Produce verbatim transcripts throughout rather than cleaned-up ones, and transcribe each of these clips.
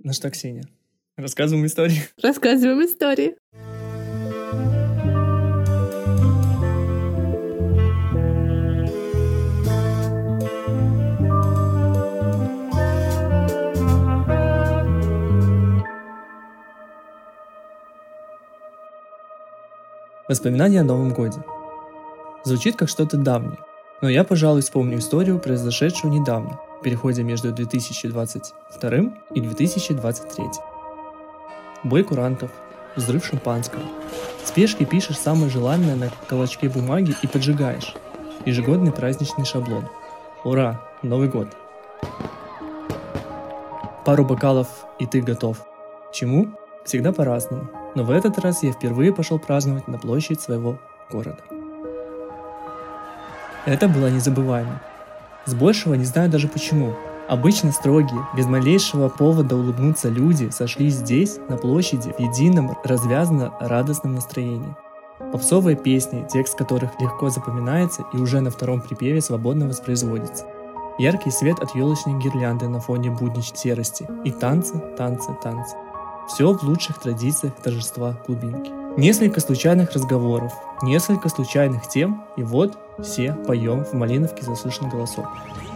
Ну что, Ксения, рассказываем истории? Рассказываем истории. Воспоминания о Новом годе. Звучит как что-то давнее, но я, пожалуй, вспомню историю, произошедшую недавно, в переходе между две тысячи двадцать вторым и две тысячи двадцать третьим. Бой курантов, взрыв шампанского. В спешке пишешь самое желанное на клочке бумаги и поджигаешь. Ежегодный праздничный шаблон. Ура! Новый год! Пару бокалов, и ты готов. Чему? Всегда по-разному. Но в этот раз я впервые пошел праздновать на площадь своего города. Это было незабываемо. С большего не знаю даже почему. Обычно строгие, без малейшего повода улыбнуться люди сошлись здесь, на площади, в едином, развязно-радостном настроении. Попсовые песни, текст которых легко запоминается и уже на втором припеве свободно воспроизводится. Яркий свет от елочной гирлянды на фоне будничной серости. И танцы, танцы, танцы. Все в лучших традициях торжества глубинки. Несколько случайных разговоров, несколько случайных тем, и вот все поем в Малиновке заслышан голосок.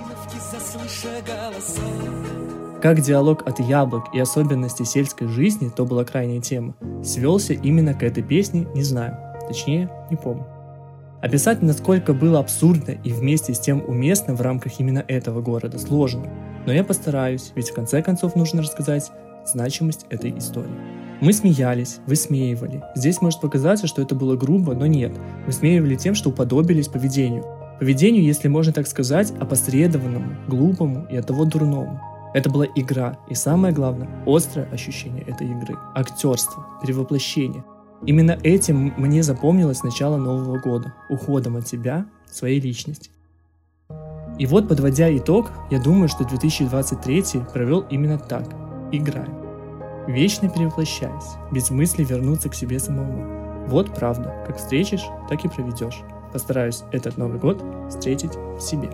Как диалог от яблок и особенностей сельской жизни, то была крайняя тема, свелся именно к этой песне, не знаю, точнее, не помню. Описать, насколько было абсурдно и вместе с тем уместно в рамках именно этого города, сложно. Но я постараюсь, ведь в конце концов нужно рассказать значимость этой истории. Мы смеялись, высмеивали. Здесь может показаться, что это было грубо, но нет. Высмеивали тем, что уподобились поведению. Поведению, если можно так сказать, опосредованному, глупому и оттого дурному. Это была игра, и самое главное, острое ощущение этой игры. Актерство, перевоплощение. Именно этим мне запомнилось начало Нового года, уходом от себя, своей личности. И вот, подводя итог, я думаю, что две тысячи двадцать третий провел именно так. Играем. Вечно перевоплощаясь, без мысли вернуться к себе самому. Вот правда, как встретишь, так и проведешь. Постараюсь этот Новый год встретить в себе.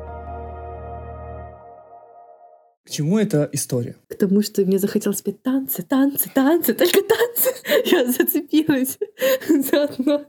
К чему эта история? К тому, что мне захотелось петь танцы, танцы, танцы, только танцы. Я зацепилась за одно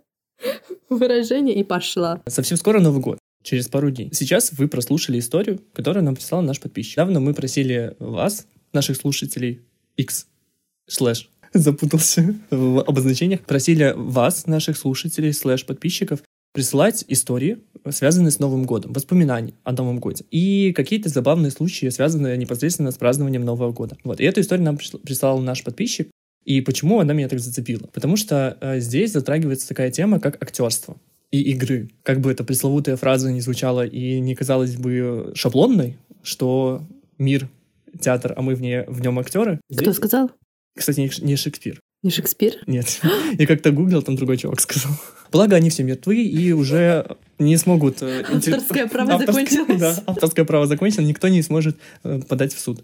выражение и пошла. Совсем скоро Новый год. Через пару дней. Сейчас вы прослушали историю, которую нам прислал наш подписчик. Давно мы просили вас, наших слушателей, X, слэш, запутался в обозначениях, просили вас, наших слушателей, слэш, подписчиков, присылать истории, связанные с Новым годом, воспоминания о Новом годе и какие-то забавные случаи, связанные непосредственно с празднованием Нового года. Вот. И эту историю нам прислал наш подписчик. И почему она меня так зацепила? Потому что э, здесь затрагивается такая тема, как актерство и игры. Как бы эта пресловутая фраза не звучала и не казалась бы шаблонной, что мир театр, а мы в, не, в нем актеры. Кто здесь... сказал? Кстати, не, не Шекспир. Не Шекспир? Нет. Я как-то гуглил, там другой чувак сказал. Благо, они все мертвы и уже не смогут... Авторское право закончилось. Да, авторское право закончилось, никто не сможет подать в суд.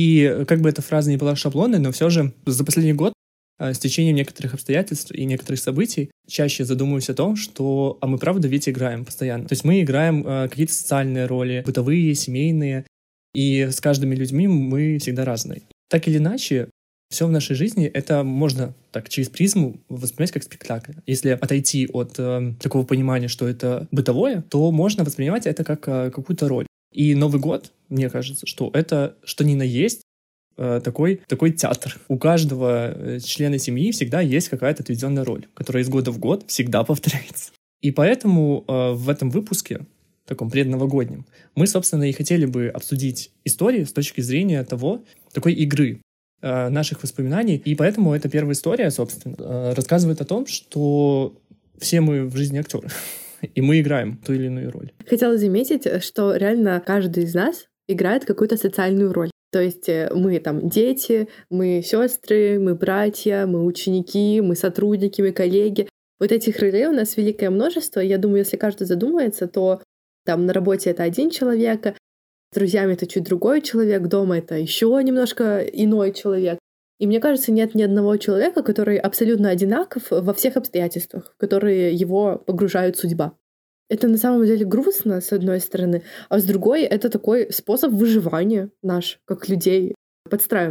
И как бы эта фраза не была шаблонной, но все же за последний год с течением некоторых обстоятельств и некоторых событий чаще задумываюсь о том, что а мы правда ведь играем постоянно. То есть мы играем какие-то социальные роли, бытовые, семейные, и с каждыми людьми мы всегда разные. Так или иначе, все в нашей жизни это можно так через призму воспринимать как спектакль. Если отойти от э, такого понимания, что это бытовое, то можно воспринимать это как э, какую-то роль. И Новый год, мне кажется, что это что ни на есть э, такой, такой театр. У каждого э, члена семьи всегда есть какая-то отведенная роль, которая из года в год всегда повторяется. И поэтому э, в этом выпуске, таком предновогоднем, мы, собственно, и хотели бы обсудить истории с точки зрения того, такой игры, наших воспоминаний. И поэтому эта первая история, собственно, рассказывает о том, что все мы в жизни актеры, и мы играем ту или иную роль. Хотела заметить, что реально каждый из нас играет какую-то социальную роль. То есть мы там дети, мы сестры, мы братья, мы ученики, мы сотрудники, мы коллеги. Вот этих ролей у нас великое множество. Я думаю, если каждый задумается, то там на работе это один человек, с друзьями это чуть другой человек, дома это еще немножко иной человек. И мне кажется, нет ни одного человека, который абсолютно одинаков во всех обстоятельствах, в которые его погружает судьба. Это на самом деле грустно, с одной стороны, а с другой это такой способ выживания наш, как людей, подстраиваться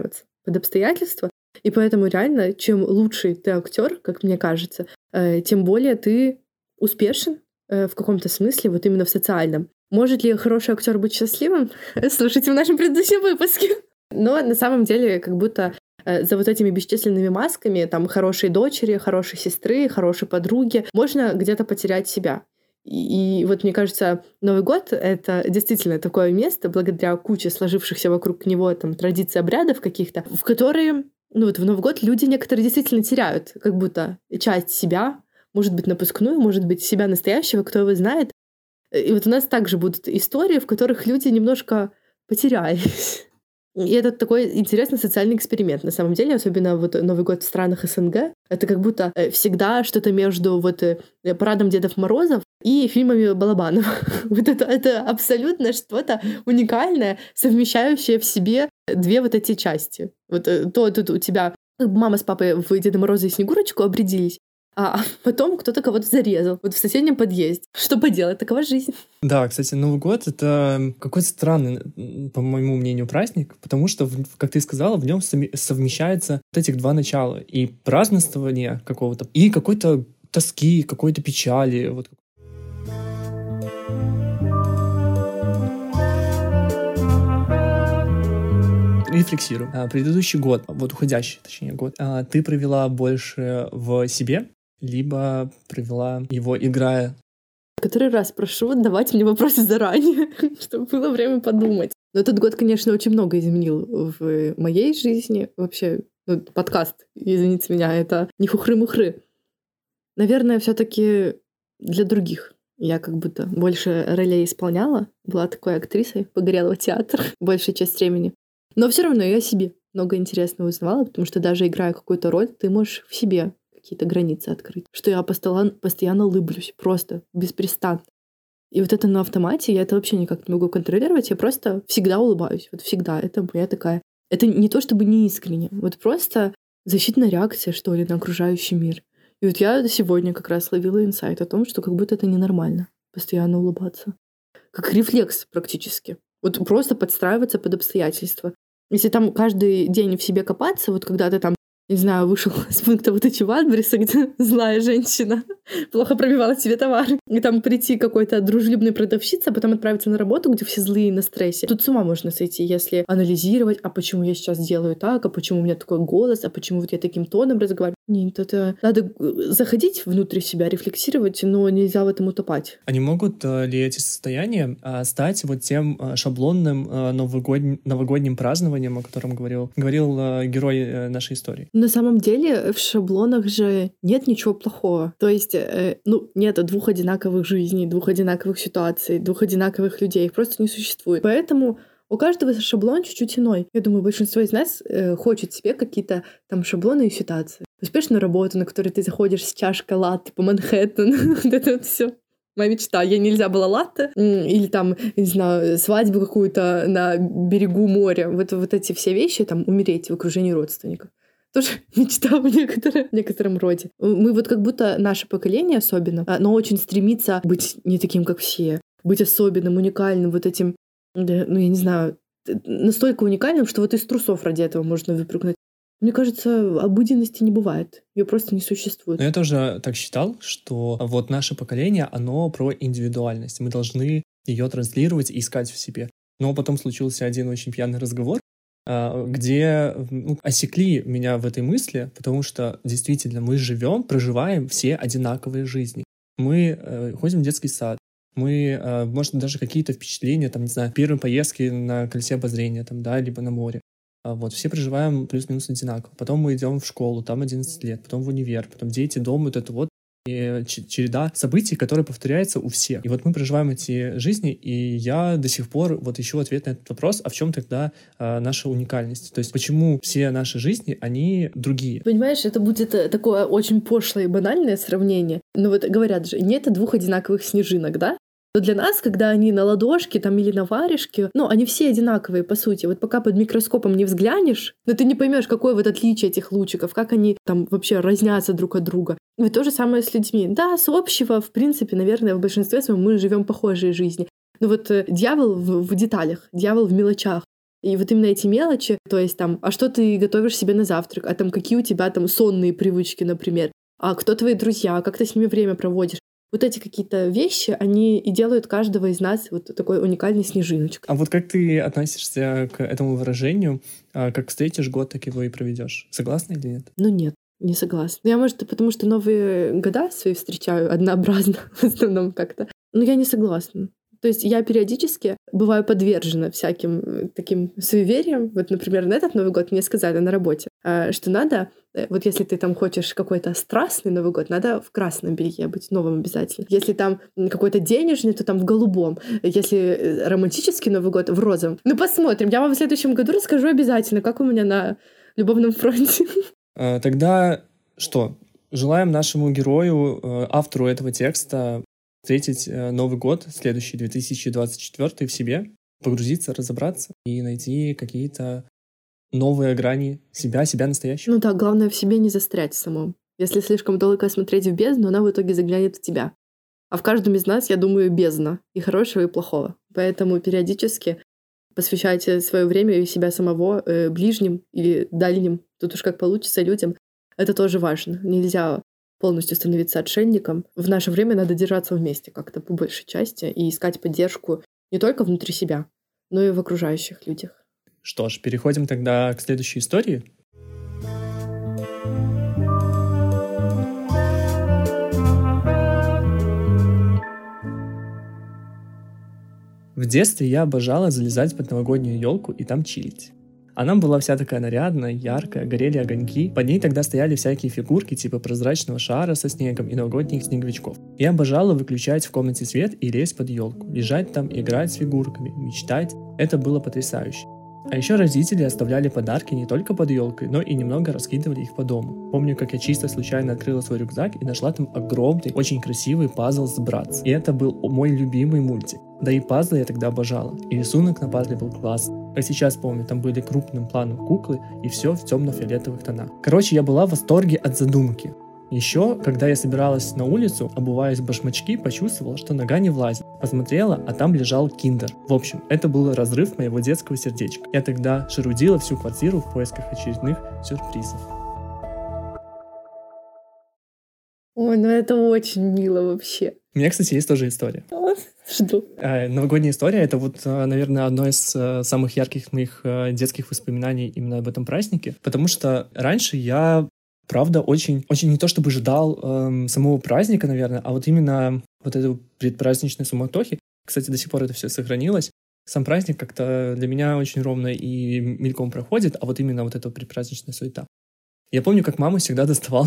под обстоятельства. И поэтому реально, чем лучший ты актер, как мне кажется, тем более ты успешен в каком-то смысле, вот именно в социальном. Может ли хороший актер быть счастливым? Слушайте в нашем предыдущем выпуске. Но на самом деле, как будто за вот этими бесчисленными масками, там, хорошей дочери, хорошей сестры, хорошей подруги, можно где-то потерять себя. И, и вот, мне кажется, Новый год — это действительно такое место, благодаря куче сложившихся вокруг него там традиций, обрядов каких-то, в которые, ну вот в Новый год люди некоторые действительно теряют как будто часть себя, может быть, напускную, может быть, себя настоящего, кто его знает. И вот у нас также будут истории, в которых люди немножко потерялись. И это такой интересный социальный эксперимент. На самом деле, особенно вот Новый год в странах СНГ, это как будто всегда что-то между вот парадом Дедов Морозов и фильмами Балабанова. Вот это, это абсолютно что-то уникальное, совмещающее в себе две вот эти части. Вот то тут у тебя мама с папой в Деда Мороза и Снегурочку обрядились, а потом кто-то кого-то зарезал вот в соседнем подъезде. Что поделать, такова жизнь. Да, кстати, Новый год — это какой-то странный, по моему мнению, праздник, потому что, как ты сказала, в нем совмещаются вот этих два начала. И празднование какого-то, и какой-то тоски, какой-то печали. Вот. Рефлексирую. Предыдущий год, вот уходящий, точнее, год, ты провела больше в себе, либо провела его, играя? Который раз прошу давать мне вопросы заранее, чтобы было время подумать. Но этот год, конечно, очень много изменил в моей жизни. Вообще, ну, подкаст, извините меня, это не хухры-мухры. Наверное, все таки для других. Я как будто больше ролей исполняла. Была такой актрисой, погорела в театр большую часть времени. Но все равно я о себе много интересного узнавала, потому что даже играя какую-то роль, ты можешь в себе какие-то границы открыть. Что я постоянно, постоянно улыблюсь, просто беспрестанно. И вот это на автомате, я это вообще никак не могу контролировать, я просто всегда улыбаюсь. Вот всегда. Это моя такая... Это не то чтобы не искренне, вот просто защитная реакция, что ли, на окружающий мир. И вот я сегодня как раз ловила инсайт о том, что как будто это ненормально постоянно улыбаться. Как рефлекс практически. Вот просто подстраиваться под обстоятельства. Если там каждый день в себе копаться, вот когда ты там, не знаю, вышел с пункта выдачи в Альбриса, где злая женщина плохо пробивала тебе товар, и там прийти какой-то дружелюбной продавщице, а потом отправиться на работу, где все злые и на стрессе. Тут с ума можно сойти, если анализировать, а почему я сейчас делаю так, а почему у меня такой голос, а почему вот я таким тоном разговариваю. Нет, это надо заходить внутрь себя, рефлексировать, но нельзя в этом утопать. А не могут ли эти состояния стать вот тем шаблонным новогодним, новогодним празднованием, о котором говорил, говорил герой нашей истории? На самом деле в шаблонах же нет ничего плохого. То есть, э, ну, нет двух одинаковых жизней, двух одинаковых ситуаций, двух одинаковых людей. Их просто не существует. Поэтому у каждого шаблон чуть-чуть иной. Я думаю, большинство из нас э, хочет себе какие-то там шаблоны и ситуации. Успешную работу, на которой ты заходишь с чашкой латте по Манхэттену. Вот это вот все. Моя мечта. Ей нельзя было латте. Или там, не знаю, свадьбу какую-то на берегу моря. Вот, вот эти все вещи, там, умереть в окружении родственников. Тоже мечта в некотором, в некотором роде. Мы вот как будто наше поколение особенно, оно очень стремится быть не таким, как все, быть особенным, уникальным, вот этим, ну, я не знаю, настолько уникальным, что вот из трусов ради этого можно выпрыгнуть. Мне кажется, обыденности не бывает. Ее просто не существует. Но я тоже так считал, что вот наше поколение, оно про индивидуальность. Мы должны ее транслировать и искать в себе. Но потом случился один очень пьяный разговор, где ну, осекли меня в этой мысли, потому что действительно мы живем, проживаем все одинаковые жизни. Мы э, ходим в детский сад, мы, э, может, даже какие-то впечатления, там, не знаю, первые поездки на колесе обозрения, там, да, либо на море. А вот, все проживаем плюс-минус одинаково. Потом мы идем в школу, там одиннадцать лет, потом в универ, потом дети, дом, вот это вот. И череда событий, которые повторяются у всех. И вот мы проживаем эти жизни, и я до сих пор вот ищу ответ на этот вопрос, а в чем тогда а, наша уникальность? То есть почему все наши жизни, они другие? Понимаешь, это будет такое очень пошлое и банальное сравнение. Но вот говорят же, нет двух одинаковых снежинок, да? Но для нас, когда они на ладошке там, или на варежке, ну, они все одинаковые, по сути. Вот пока под микроскопом не взглянешь, но ты не поймешь, какое вот отличие этих лучиков, как они там вообще разнятся друг от друга. И то же самое с людьми. Да, с общего, в принципе, наверное, в большинстве своем мы живем похожие жизни. Но вот э, дьявол в, в деталях, дьявол в мелочах. И вот именно эти мелочи, то есть там, а что ты готовишь себе на завтрак, а там какие у тебя там сонные привычки, например, а кто твои друзья, как ты с ними время проводишь. Вот эти какие-то вещи, они и делают каждого из нас вот такой уникальной снежиночкой. А вот как ты относишься к этому выражению? Как встретишь год, так его и проведешь. Согласна или нет? Ну нет, не согласна. Я, может, потому что новые года свои встречаю однообразно в основном как-то. Но я не согласна. То есть я периодически бываю подвержена всяким таким суевериям. Вот, например, на этот Новый год мне сказали на работе, что надо, вот если ты там хочешь какой-то страстный Новый год, надо в красном белье быть, новым обязательно. Если там какой-то денежный, то там в голубом. Если романтический Новый год, в розовом. Ну, посмотрим. Я вам в следующем году расскажу обязательно, как у меня на любовном фронте. Тогда что? Желаем нашему герою, автору этого текста, встретить Новый год, следующий, две тысячи двадцать четвёртый, в себе, погрузиться, разобраться и найти какие-то новые грани себя, себя настоящего. Ну да, главное в себе не застрять самом. Если слишком долго смотреть в бездну, она в итоге заглянет в тебя. А в каждом из нас, я думаю, бездна. И хорошего, и плохого. Поэтому периодически посвящайте свое время и себя самого э, ближним или дальним, тут уж как получится, людям. Это тоже важно. Нельзя полностью становиться отшельником. В наше время надо держаться вместе как-то по большей части и искать поддержку не только внутри себя, но и в окружающих людях. Что ж, переходим тогда к следующей истории. В детстве я обожала залезать под новогоднюю елку и там чилить. Она была вся такая нарядная, яркая, горели огоньки. Под ней тогда стояли всякие фигурки типа прозрачного шара со снегом и новогодних снеговичков. Я обожала выключать в комнате свет и лезть под елку, лежать там, играть с фигурками, мечтать. Это было потрясающе. А еще родители оставляли подарки не только под елкой, но и немного раскидывали их по дому. Помню, как я чисто случайно открыла свой рюкзак и нашла там огромный, очень красивый пазл с Bratz. И это был мой любимый мультик. Да и пазлы я тогда обожала. И рисунок на пазле был классный. Как сейчас помню, там были крупным планом куклы, и все в темно-фиолетовых тонах. Короче, я была в восторге от задумки. Еще, когда я собиралась на улицу, обуваясь в башмачки, почувствовала, что нога не влазит. Посмотрела, а там лежал киндер. В общем, это был разрыв моего детского сердечка. Я тогда шарудила всю квартиру в поисках очередных сюрпризов. Ой, ну это очень мило вообще. У меня, кстати, есть тоже история. Жду. Новогодняя история — это вот, наверное, одно из самых ярких моих детских воспоминаний именно об этом празднике. Потому что раньше я, правда, очень, очень не то чтобы ждал эм, самого праздника, наверное, а вот именно вот этой предпраздничной суматохи. Кстати, до сих пор это все сохранилось. Сам праздник как-то для меня очень ровно и мельком проходит, а вот именно вот эта предпраздничная суета. Я помню, как мама всегда доставал,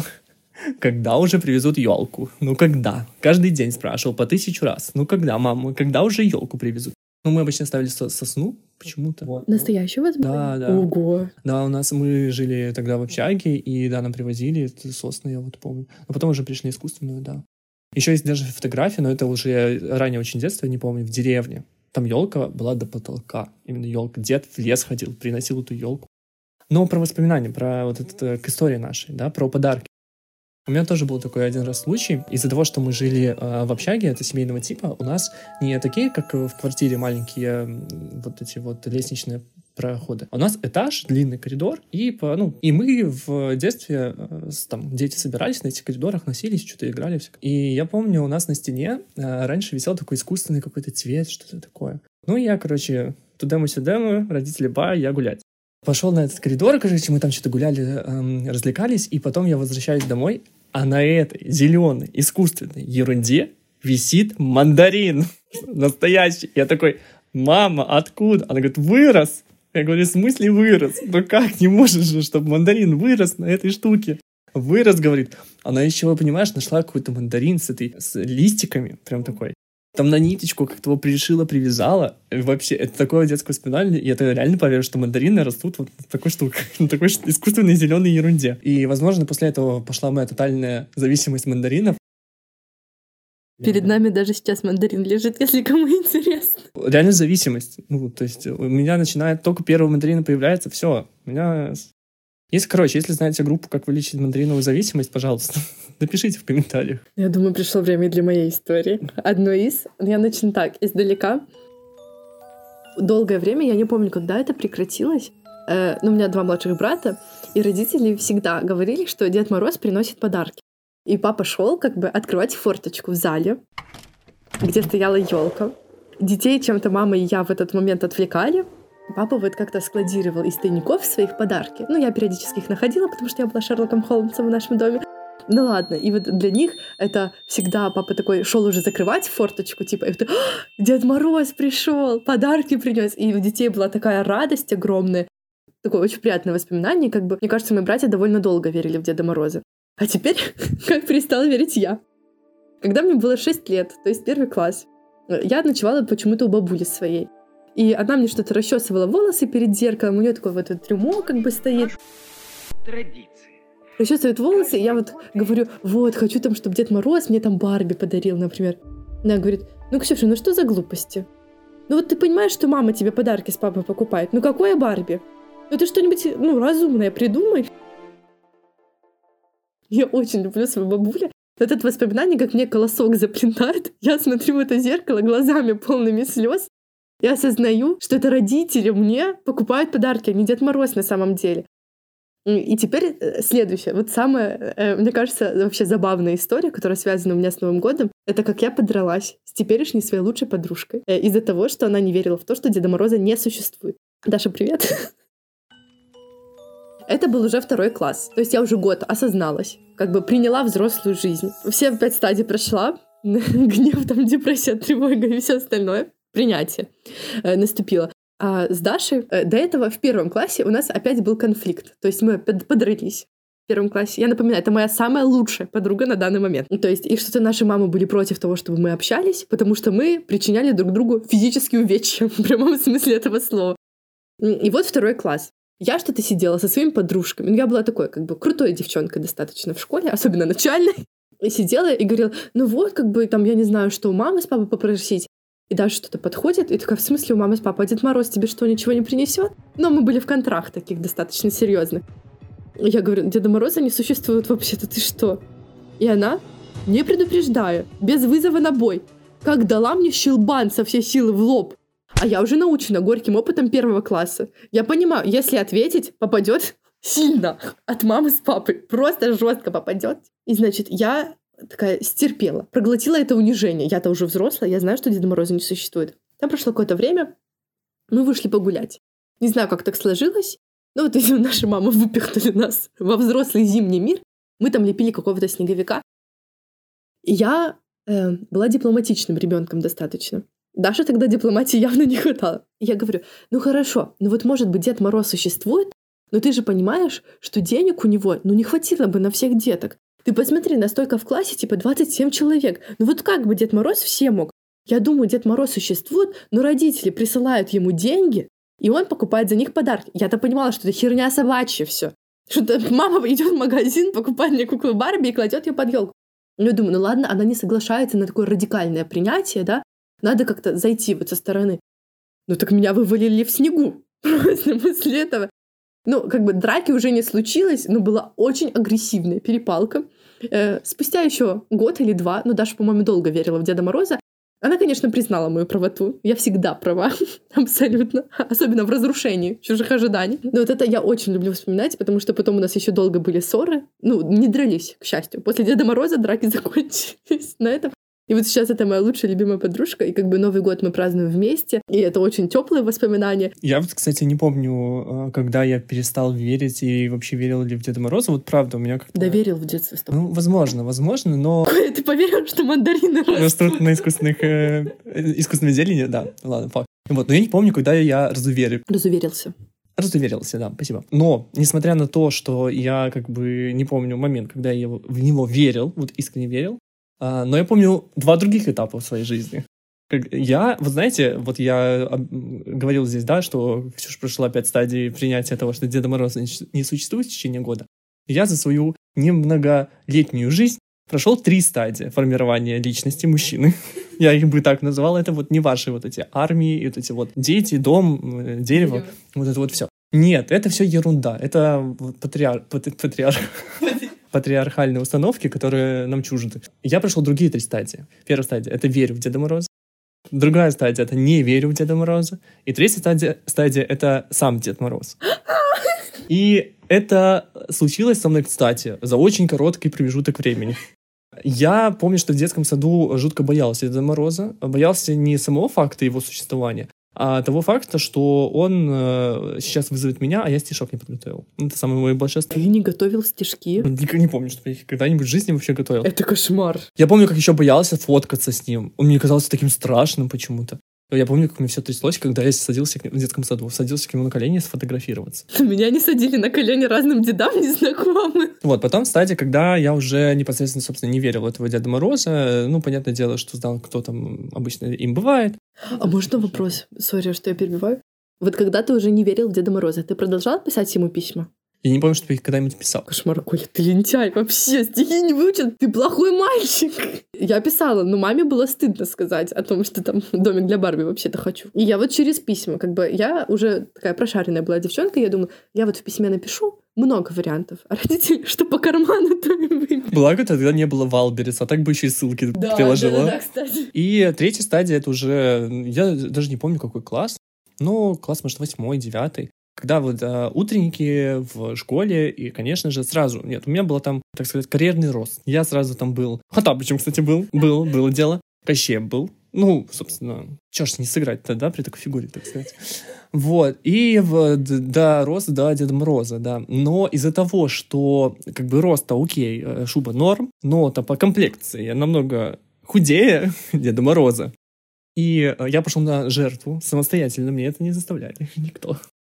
когда уже привезут елку. Ну когда? Каждый день спрашивал по тысячу раз. Ну когда, мама, когда уже елку привезут? Ну, мы обычно ставили сосну почему-то. Вот. Настоящую возможно? Да, да. Ого. Да, у нас мы жили тогда в общаге, и да, нам привозили сосны, я вот помню. Но потом уже пришли искусственную, да. Еще есть даже фотографии, но это уже ранее очень детство, не помню, в деревне. Там елка была до потолка. Именно елка. Дед в лес ходил, приносил эту елку. Но про воспоминания, про вот это, к истории нашей, да, про подарки. У меня тоже был такой один раз случай. Из-за того, что мы жили э, в общаге, это семейного типа, у нас не такие, как в квартире, маленькие э, вот эти вот лестничные проходы. У нас этаж, длинный коридор, и, по, ну, и мы в детстве, э, там, дети собирались на этих коридорах, носились, что-то играли. Все. И я помню, у нас на стене э, раньше висел такой искусственный какой-то цвет, что-то такое. Ну, я, короче, туда-мы-сюда-мы, родители ба, я гулять. Пошел на этот коридор, короче, мы там что-то гуляли, эм, развлекались, и потом я возвращаюсь домой, а на этой зеленой искусственной ерунде висит мандарин настоящий. Я такой: мама, откуда? Она говорит: вырос. Я говорю: в смысле вырос? Ну как, не можешь же, чтобы мандарин вырос на этой штуке? Вырос, говорит. Она еще, понимаешь, нашла какой-то мандарин с этой, с листиками, прям такой. Там на ниточку как-то его пришила, привязала. И вообще, это такое детское воспоминание. И это реально поверю, что мандарины растут вот на такой штуке, на такой искусственной зеленой ерунде. И, возможно, после этого пошла моя тотальная зависимость мандаринов. Перед нами даже сейчас мандарин лежит, если кому интересно. Реально зависимость. Ну, то есть у меня начинает только первого мандарина появляется, все. У меня... Если, короче, если знаете группу «Как вылечить мандариновую зависимость», пожалуйста, напишите в комментариях. Я думаю, пришло время и для моей истории. Одно из. Я начну так, издалека. Долгое время, я не помню, когда это прекратилось, э, но у меня два младших брата, и родители всегда говорили, что Дед Мороз приносит подарки. И папа шел как бы открывать форточку в зале, где стояла елка. Детей чем-то мама и я в этот момент отвлекали. Папа вот как-то складировал из тайников своих подарки. Ну, я периодически их находила, потому что я была Шерлоком Холмсом в нашем доме. Ну ладно, и вот для них это всегда папа такой шел уже закрывать форточку, типа, и вот, Дед Мороз пришел, подарки принес. И у детей была такая радость огромная, такое очень приятное воспоминание, как бы, мне кажется, мои братья довольно долго верили в Деда Мороза. А теперь, как перестала верить я. Когда мне было шесть лет, то есть первый класс, я ночевала почему-то у бабули своей. И она мне что-то расчесывала волосы перед зеркалом, у нее такое вот трюмо как бы стоит. Традиции. Расчесывает волосы, и я вот говорю, вот, хочу там, чтобы Дед Мороз мне там Барби подарил, например. Она говорит, ну, Ксюша, ну что за глупости? Ну вот ты понимаешь, что мама тебе подарки с папой покупает? Ну какое Барби? Ну ты что-нибудь, ну, разумное придумай. Я очень люблю свою бабулю. Это воспоминание, как мне колосок заплетает. Я смотрю в это зеркало глазами полными слез и осознаю, что это родители мне покупают подарки, а не Дед Мороз на самом деле. И теперь следующее. Вот самая, мне кажется, вообще забавная история, которая связана у меня с Новым годом, это как я подралась с теперешней своей лучшей подружкой из-за того, что она не верила в то, что Деда Мороза не существует. Даша, привет. Это был уже второй класс. То есть я уже год осозналась, как бы приняла взрослую жизнь. Все пять стадий прошла. Гнев, там, депрессия, тревога и все остальное. Принятие наступило. А с Дашей до этого в первом классе у нас опять был конфликт. То есть мы подрались в первом классе. Я напоминаю, это моя самая лучшая подруга на данный момент. То есть и что-то наши мамы были против того, чтобы мы общались, потому что мы причиняли друг другу физические увечья в прямом смысле этого слова. И вот второй класс. Я что-то сидела со своими подружками. Ну, я была такой, как бы, крутой девчонкой достаточно в школе, особенно начальной. И сидела и говорила, ну вот, как бы, там, я не знаю, что у мамы с папой попросить. И даже что-то подходит, и такая, в смысле, у мамы с папой, а Дед Мороз тебе что, ничего не принесет? Но мы были в контрах таких достаточно серьезных. И я говорю, Деда Мороза не существует вообще-то, ты что? И она, не предупреждая, без вызова на бой, как дала мне щелбан со всей силы в лоб. А я уже научена горьким опытом первого класса. Я понимаю, если ответить, попадет сильно от мамы с папой. Просто жестко попадет. И, значит, я такая стерпела, проглотила это унижение. Я-то уже взрослая, я знаю, что Деда Мороза не существует. Там прошло какое-то время, мы вышли погулять. Не знаю, как так сложилось, но вот видимо, наши мамы выпихнули нас во взрослый зимний мир. Мы там лепили какого-то снеговика. И я э, была дипломатичным ребенком достаточно. Даша тогда дипломатии явно не хватало. И я говорю, ну хорошо, ну вот может быть Дед Мороз существует, но ты же понимаешь, что денег у него ну не хватило бы на всех деток. Ты посмотри, настолько в классе типа двадцать семь человек. Ну вот как бы Дед Мороз все мог? Я думаю, Дед Мороз существует, но родители присылают ему деньги, и он покупает за них подарки. Я-то понимала, что это херня собачья все. Что-то мама идет в магазин, покупает мне куклу Барби и кладет ее под елку. Ну я думаю, ну ладно, она не соглашается на такое радикальное принятие, да? Надо как-то зайти вот со стороны. Ну так меня вывалили в снегу. Просто после этого. Ну, как бы драки уже не случилось, но была очень агрессивная перепалка. Э, спустя еще год или два, ну, Даша, по-моему, долго верила в Деда Мороза, она, конечно, признала мою правоту. Я всегда права, абсолютно. Особенно в разрушении чужих ожиданий. Но вот это я очень люблю вспоминать, потому что потом у нас еще долго были ссоры. Ну, не дрались, к счастью. После Деда Мороза драки закончились на этом. И вот сейчас это моя лучшая любимая подружка, и как бы Новый год мы празднуем вместе, и это очень теплые воспоминания. Я вот, кстати, не помню, когда я перестал верить и вообще верил ли в Деда Мороза. Вот правда, у меня как-то... Да верил в детстве. Стоп. Ну, возможно, возможно, но... Ты поверил, что мандарины растут? Растут на искусственных... Э, искусственной зелени, да. Ладно, факт. Вот, но я не помню, когда я разуверил. Разуверился. Разуверился, да, спасибо. Но, несмотря на то, что я как бы не помню момент, когда я в него верил, вот искренне верил, но я помню два других этапа в своей жизни. Я, вот знаете, вот я говорил здесь, да, что Ксюша прошла пять стадий принятия того, что Деда Мороза не существует в течение года. Я за свою немноголетнюю жизнь прошел три стадии формирования личности мужчины. Я их бы так назвал. Это вот не ваши вот эти армии, вот эти вот дети, дом, дерево, вот это вот все. Нет, это все ерунда. Это патриар... патриар... патриархальные установки, которые нам чужды. Я прошел другие три стадии. Первая стадия — это верю в Деда Мороза. Другая стадия — это не верю в Деда Мороза. И третья стадия, стадия — это сам Дед Мороз. И это случилось со мной, кстати, за очень короткий промежуток времени. Я помню, что в детском саду жутко боялся Деда Мороза. Боялся не самого факта его существования, а того факта, что он э, сейчас вызовет меня, а я стишок не подготовил. Это самое мое большое страх. Ты не готовил стишки? Никогда не помню, что я их когда-нибудь в жизни вообще готовил. Это кошмар. Я помню, как еще боялся фоткаться с ним. Он мне казался таким страшным почему-то. Я помню, как мне все тряслось, когда я садился к нему в детском саду, садился к нему на колени сфотографироваться. Меня не садили на колени разным дедам незнакомым. Вот, потом, кстати, когда я уже непосредственно, собственно, не верил в этого Деда Мороза, ну, понятное дело, что знал, кто там обычно им бывает. А можно вопрос? Сори, что я перебиваю. Вот когда ты уже не верил в Деда Мороза, ты продолжал писать ему письма? Я не помню, что я их когда-нибудь писал. Кошмар, Коля, ты лентяй вообще, стихи не выучил, ты плохой мальчик. Я писала, но маме было стыдно сказать о том, что там домик для Барби вообще-то хочу. И я вот через письма, как бы, я уже такая прошаренная была девчонка, я думаю, я вот в письме напишу много вариантов, а родители, что по карману, то и выберут. Благо, тогда не было Валберес, а так бы еще и ссылки Да, приложила. да, да, кстати. И третья стадия — это уже, я даже не помню, какой класс, но класс, может, восьмой, девятый. Когда вот а, утренники в школе, и, конечно же, сразу... Нет, у меня был там, так сказать, карьерный рост. Я сразу там был... Хоттабычем, кстати, был. Был, было дело. Кощеем был. Ну, собственно, чё ж не сыграть-то, да, при такой фигуре, так сказать. Вот. И в, до рост до Деда Мороза, да. Но из-за того, что как бы рост-то окей, шуба норм, но-то по комплекции я намного худее Деда Мороза. И я пошел на жертву самостоятельно, мне это не заставляли никто.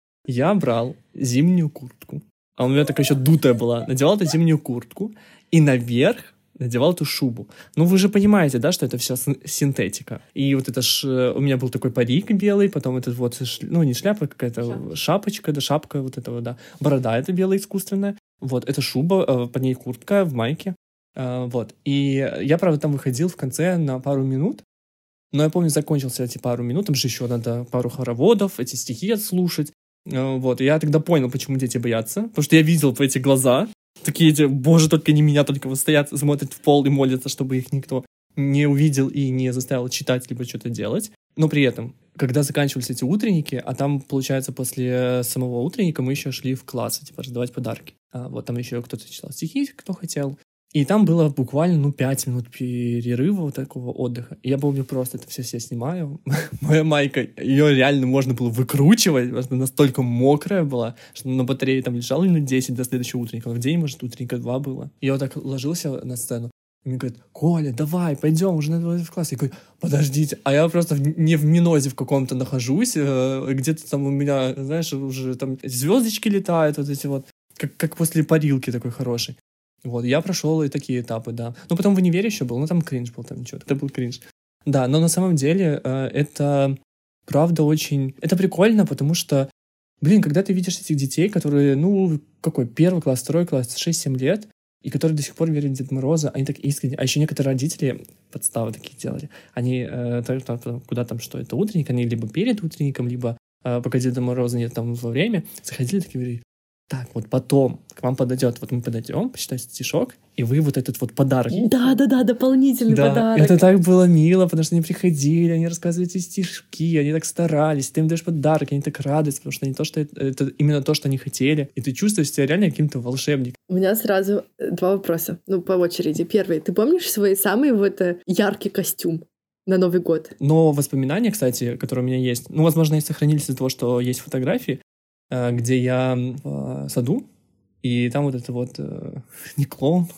Я брал зимнюю куртку, а у меня такая еще дутая была. Надевал эту зимнюю куртку и наверх надевал эту шубу. Ну, вы же понимаете, да, что это все синтетика. И вот это ж... У меня был такой парик белый, потом этот вот... Ну, не шляпа, какая-то шапочка, шапочка да, шапка вот этого, да. Борода эта белая искусственная. Вот, это шуба, под ней куртка в майке. Вот. И я, правда, там выходил в конце на пару минут. Но я помню, закончился эти пару минут. Там же еще надо пару хороводов, эти стихи отслушать. Вот, и я тогда понял, почему дети боятся. Потому что я видел по эти глаза. Такие эти, боже, только не меня, только вот стоят, смотрят в пол и молятся, чтобы их никто не увидел и не заставил читать, либо что-то делать. Но при этом, когда заканчивались эти утренники, а там, получается, после самого утренника мы еще шли в класс, типа, раздавать подарки. А вот там еще кто-то читал стихи, кто хотел. И там было буквально, ну, пять минут перерыва вот такого отдыха. И я помню, просто это все все снимаю. Моя майка, ее реально можно было выкручивать, потому что настолько мокрая была, что на батарее там лежала минут десять до следующего утренника. В день, может, утренника два было. И я вот так ложился на сцену. И мне говорят: Коля, давай, пойдем, уже надо в класс. Я говорю: подождите. А я просто в, не в минозе в каком-то нахожусь, э, где-то там у меня, знаешь, уже там звездочки летают, вот эти вот, как, как после парилки такой хороший. Вот, я прошел и такие этапы, да. Ну, потом в универе еще был, ну, там кринж был, там ничего, это был кринж. Да, но на самом деле э, это правда очень... Это прикольно, потому что, блин, когда ты видишь этих детей, которые, ну, какой, первый класс, второй класс, шесть-семь лет, и которые до сих пор верят в Деда Мороза, они так искренне... А еще некоторые родители подставы такие делали. Они э, куда там, что это, утренник, они либо перед утренником, либо э, пока Деда Мороза нет там во время, заходили такие, говорили: так, вот потом к вам подойдет, вот мы подойдем, почитаем стишок, и вы вот этот вот подарок. Да-да-да, дополнительный да, подарок. Это так было мило, потому что они приходили, они рассказывали эти стишки, они так старались, ты им даешь подарок, они так радуются, потому что не то, что это, это именно то, что они хотели, и ты чувствуешь себя реально каким-то волшебником. У меня сразу два вопроса, ну, по очереди. Первый, ты помнишь свой самый вот яркий костюм на Новый год? Но воспоминания, кстати, которые у меня есть, ну, возможно, они сохранились из-за того, что есть фотографии, где я в саду, и там вот это вот не клоун,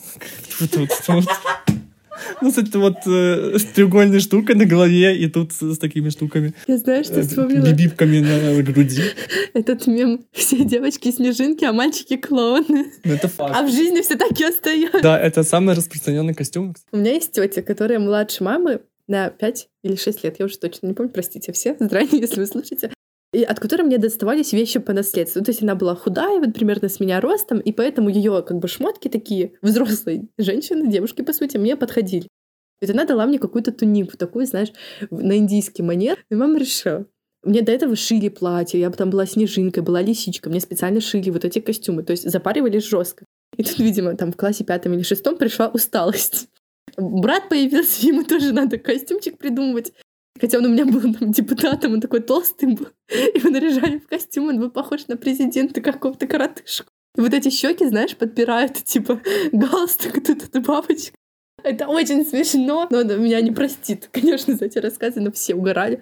ну, это вот треугольная штука на голове, и тут с такими штуками. Я знаю, что вспомнила. Бибипками на груди. Этот мем: все девочки-снежинки, а мальчики-клоуны. Это факт. А в жизни все так и остаются. Да, это самый распространенный костюм. У меня есть тетя, которая младше мамы на пять или шесть лет, я уже точно не помню, простите все, здравия, если вы слушаете. И от которой мне доставались вещи по наследству. То есть она была худая, вот примерно с меня ростом, и поэтому ее как бы шмотки такие, взрослые женщины, девушки, по сути, мне подходили. И она дала мне какую-то тунику, такую, знаешь, на индийский манер. И мама решила. Мне до этого шили платье, я там была снежинкой, была лисичка, мне специально шили вот эти костюмы, то есть запаривались жестко. И тут, видимо, там в классе пятом или шестом пришла усталость. Брат появился, ему тоже надо костюмчик придумывать. Хотя он у меня был там депутатом, он такой толстый был. Его наряжали в костюм, он был похож на президента какого-то коротышку. И вот эти щеки, знаешь, подпирают, типа, галстук, тут эта бабочка. Это очень смешно, но он меня не простит, конечно, за эти рассказы, но все угорали.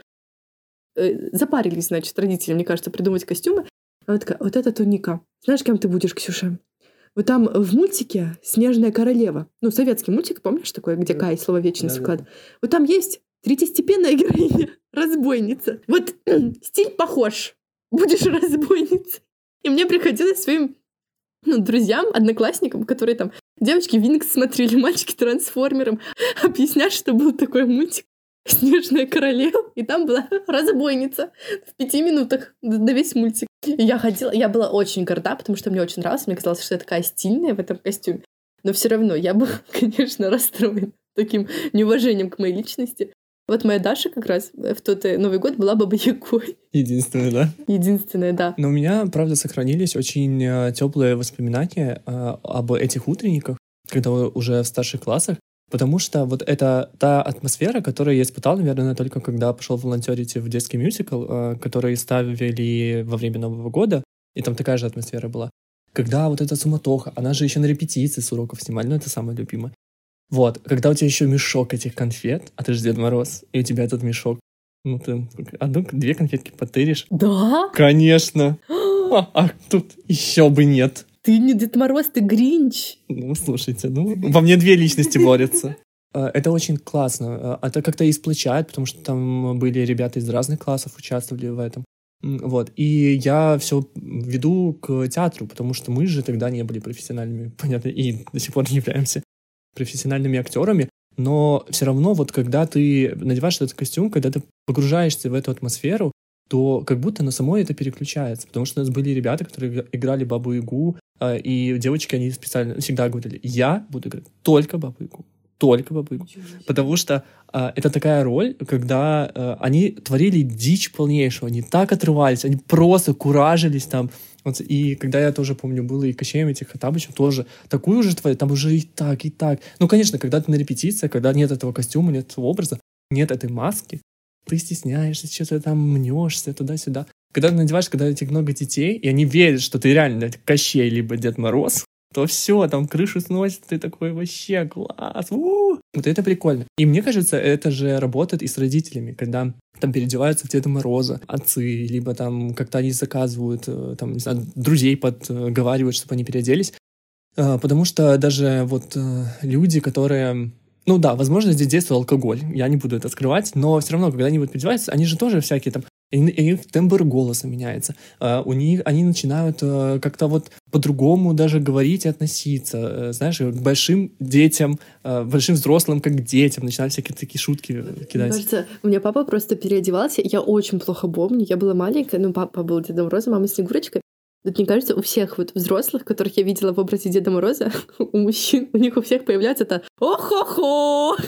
Запарились, значит, родители, мне кажется, придумать костюмы. Она такая: вот это туника. Знаешь, кем ты будешь, Ксюша? Вот там в мультике «Снежная королева». Ну, советский мультик, помнишь такой, где да. Кай слово «вечность» да, вкладывает? Да. Вот там есть третьестепенная героиня, разбойница. Вот стиль похож. Будешь разбойницей. И мне приходилось своим ну, друзьям, одноклассникам, которые там девочки Винкс смотрели, мальчики Трансформерам, объяснять, что был такой мультик «Снежная королева», и там была разбойница в пяти минутах на весь мультик. И я ходила, я была очень горда, потому что мне очень нравилось, мне казалось, что я такая стильная в этом костюме, но все равно я была, конечно, расстроена таким неуважением к моей личности. Вот моя Даша как раз в тот Новый год была Бабой-Ягой. Единственная, да? Единственная, да. Но у меня, правда, сохранились очень теплые воспоминания об этих утренниках, когда уже в старших классах, потому что вот это та атмосфера, которую я испытал, наверное, только когда пошел волонтерить в детский мюзикл, который ставили во время Нового года, и там такая же атмосфера была. Когда вот эта суматоха, она же еще на репетиции с уроков снимали, ну это самое любимое. Вот, когда у тебя еще мешок этих конфет, а ты же Дед Мороз, и у тебя этот мешок, ну ты одну-две конфетки потыришь. Да? Конечно. а, а тут еще бы нет. Ты не Дед Мороз, ты Гринч. Ну, слушайте, ну, во мне две личности борются. Это очень классно. Это как-то и сплочает, потому что там были ребята из разных классов, участвовали в этом. Вот. И я все веду к театру, потому что мы же тогда не были профессиональными, понятно, и до сих пор не являемся профессиональными актерами, но все равно вот когда ты надеваешь этот костюм, когда ты погружаешься в эту атмосферу, то как будто на самой это переключается, потому что у нас были ребята, которые играли Бабу-Ягу, и девочки, они специально всегда говорили: я буду играть только Бабу-Ягу, только Бабу-Ягу, потому что а, это такая роль, когда а, они творили дичь полнейшую, они так отрывались, они просто куражились там. Вот, и когда я тоже помню, было и Кощеем, этих Хоттабычем тоже такую же творили, там уже и так, и так. Ну, конечно, когда ты на репетиции, когда нет этого костюма, нет этого образа, нет этой маски, ты стесняешься, что-то там мнешься туда-сюда. Когда ты надеваешь, когда этих много детей, и они верят, что ты реально Кощей либо Дед Мороз, то все, там крышу сносит, ты такой вообще класс. У-у-у! Вот это прикольно. И мне кажется, это же работает и с родителями, когда там переодеваются в Деда Мороза отцы, либо там как-то они заказывают, там, не знаю, друзей подговаривают, чтобы они переоделись. Потому что даже вот люди, которые... Ну да, возможно, здесь действует алкоголь, я не буду это скрывать, но все равно, когда они вот переодеваются, они же тоже всякие там, у них тембр голоса меняется, у них они начинают как-то вот по-другому даже говорить и относиться, знаешь, к большим детям, большим взрослым, как к детям, начинают всякие такие шутки кидать. Мне кажется, у меня папа просто переодевался, я очень плохо помню, я была маленькая, ну, папа был Дедом Морозом, мама Снегурочкой. Вот мне кажется, у всех вот взрослых, которых я видела в образе Деда Мороза, у мужчин, у них у всех появляется это «О-хо-хо!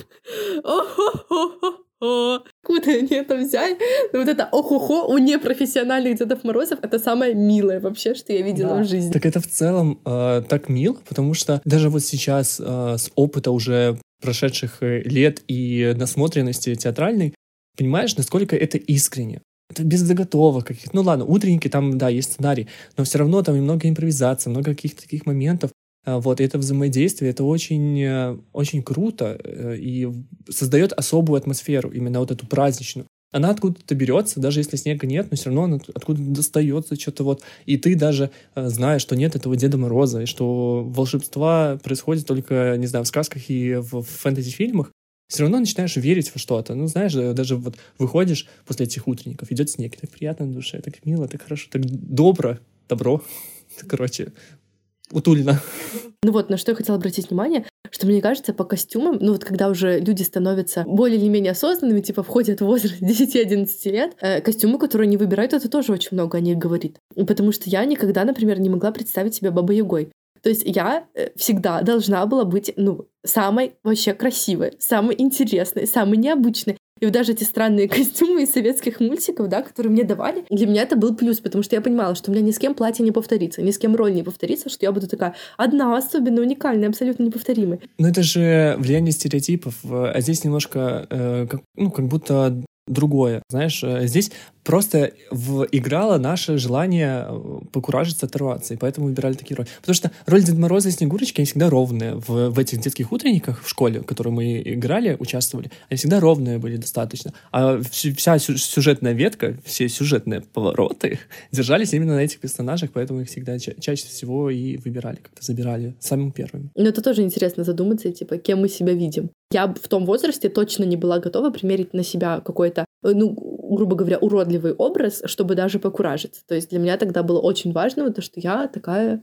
О-хо-хо! Откуда они это взяли?» Но вот это «О-хо-хо» у непрофессиональных Дедов Морозов — это самое милое вообще, что я видела да. в жизни. Так это в целом э, так мило, потому что даже вот сейчас э, с опыта уже прошедших лет и насмотренности театральной, понимаешь, насколько это искренне. Это без заготовок каких-то. Ну ладно, утренники, там, да, есть сценарий, но все равно там и много импровизации, много каких-то таких моментов. Вот, и это взаимодействие, это очень, очень круто и создает особую атмосферу, именно вот эту праздничную. Она откуда-то берется, даже если снега нет, но все равно она откуда-то достается что-то вот. И ты даже знаешь, что нет этого Деда Мороза, и что волшебство происходит только, не знаю, в сказках и в фэнтези-фильмах, все равно начинаешь верить во что-то. Ну, знаешь, даже вот выходишь после этих утренников, идет снег, так приятно на душе, так мило, так хорошо, так добро, добро. Короче, утульно. Ну вот, на что я хотела обратить внимание, что мне кажется, по костюмам, ну вот когда уже люди становятся более или менее осознанными, типа входят в возраст десять-одиннадцать лет, э, костюмы, которые они выбирают, это тоже очень много о них говорит. Потому что я никогда, например, не могла представить себя Бабой-Ягой. То есть я всегда должна была быть, ну, самой вообще красивой, самой интересной, самой необычной. И вот даже эти странные костюмы из советских мультиков, да, которые мне давали, для меня это был плюс, потому что я понимала, что у меня ни с кем платье не повторится, ни с кем роль не повторится, что я буду такая одна, особенно уникальная, абсолютно неповторимой. Ну это же влияние стереотипов, а здесь немножко, э, как, ну, как будто другое. Знаешь, здесь просто в... играло наше желание покуражиться, оторваться, и поэтому выбирали такие роли. Потому что роль Деда Мороза и Снегурочки, они всегда ровные. В, в этих детских утренниках в школе, в которой мы играли, участвовали, они всегда ровные были достаточно. А вся сюжетная ветка, все сюжетные повороты держались именно на этих персонажах, поэтому их всегда ча- чаще всего и выбирали, как-то забирали самым первым. Ну, это тоже интересно задуматься, типа, кем мы себя видим. Я в том возрасте точно не была готова примерить на себя какой-то, ну, грубо говоря, уродливый образ, чтобы даже покуражиться. То есть для меня тогда было очень важно, то, что я такая...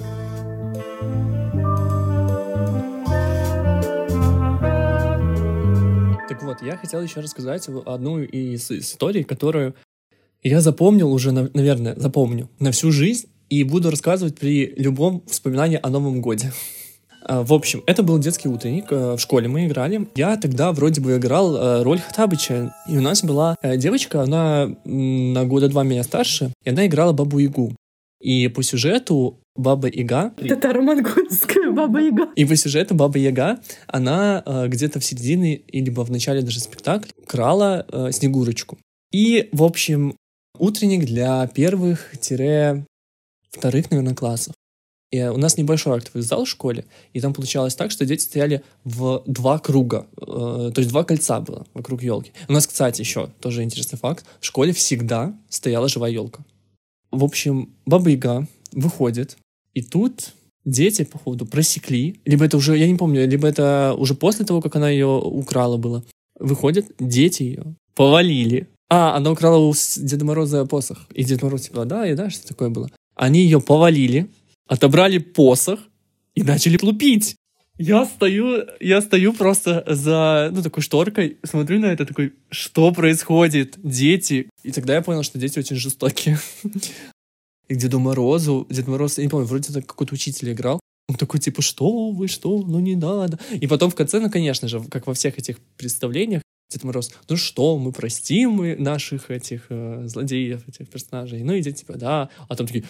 Так вот, я хотел еще рассказать одну из историй, которую я запомнил уже, наверное, запомню на всю жизнь и буду рассказывать при любом вспоминании о Новом годе. В общем, это был детский утренник, в школе мы играли. Я тогда вроде бы играл роль Хоттабыча, и у нас была девочка, она на года два меня старше, и она играла Бабу-Ягу. И по сюжету Баба-Яга... Татаро-монгольская Баба-Яга. И по сюжету Баба-Яга, она где-то в середине, либо в начале даже спектакля, крала Снегурочку. И, в общем, утренник для первых-вторых, наверное, классов. И у нас небольшой актовый зал в школе, и там получалось так, что дети стояли в два круга, э, то есть два кольца было вокруг елки. У нас, кстати, еще тоже интересный факт, в школе всегда стояла живая елка. В общем, Баба-Яга выходит, и тут дети, походу, просекли, либо это уже, я не помню, либо это уже после того, как она ее украла было. Выходят, дети ее повалили. А, она украла у Деда Мороза посох. И Дед Мороз типа, да, и да, что такое было. Они ее повалили, отобрали посох и начали лупить. Я стою, я стою просто за, ну, такой шторкой, смотрю на это, такой, что происходит? Дети. И тогда я понял, что дети очень жестокие. И к Деду Морозу, Дед Мороз, я не помню, вроде это какой-то учитель играл. Он такой, типа, что вы, что? Ну, не надо. И потом в конце, ну, конечно же, как во всех этих представлениях, Дед Мороз, ну что, мы простим наших этих э, злодеев, этих персонажей. Ну и дети типа, да. А там такие,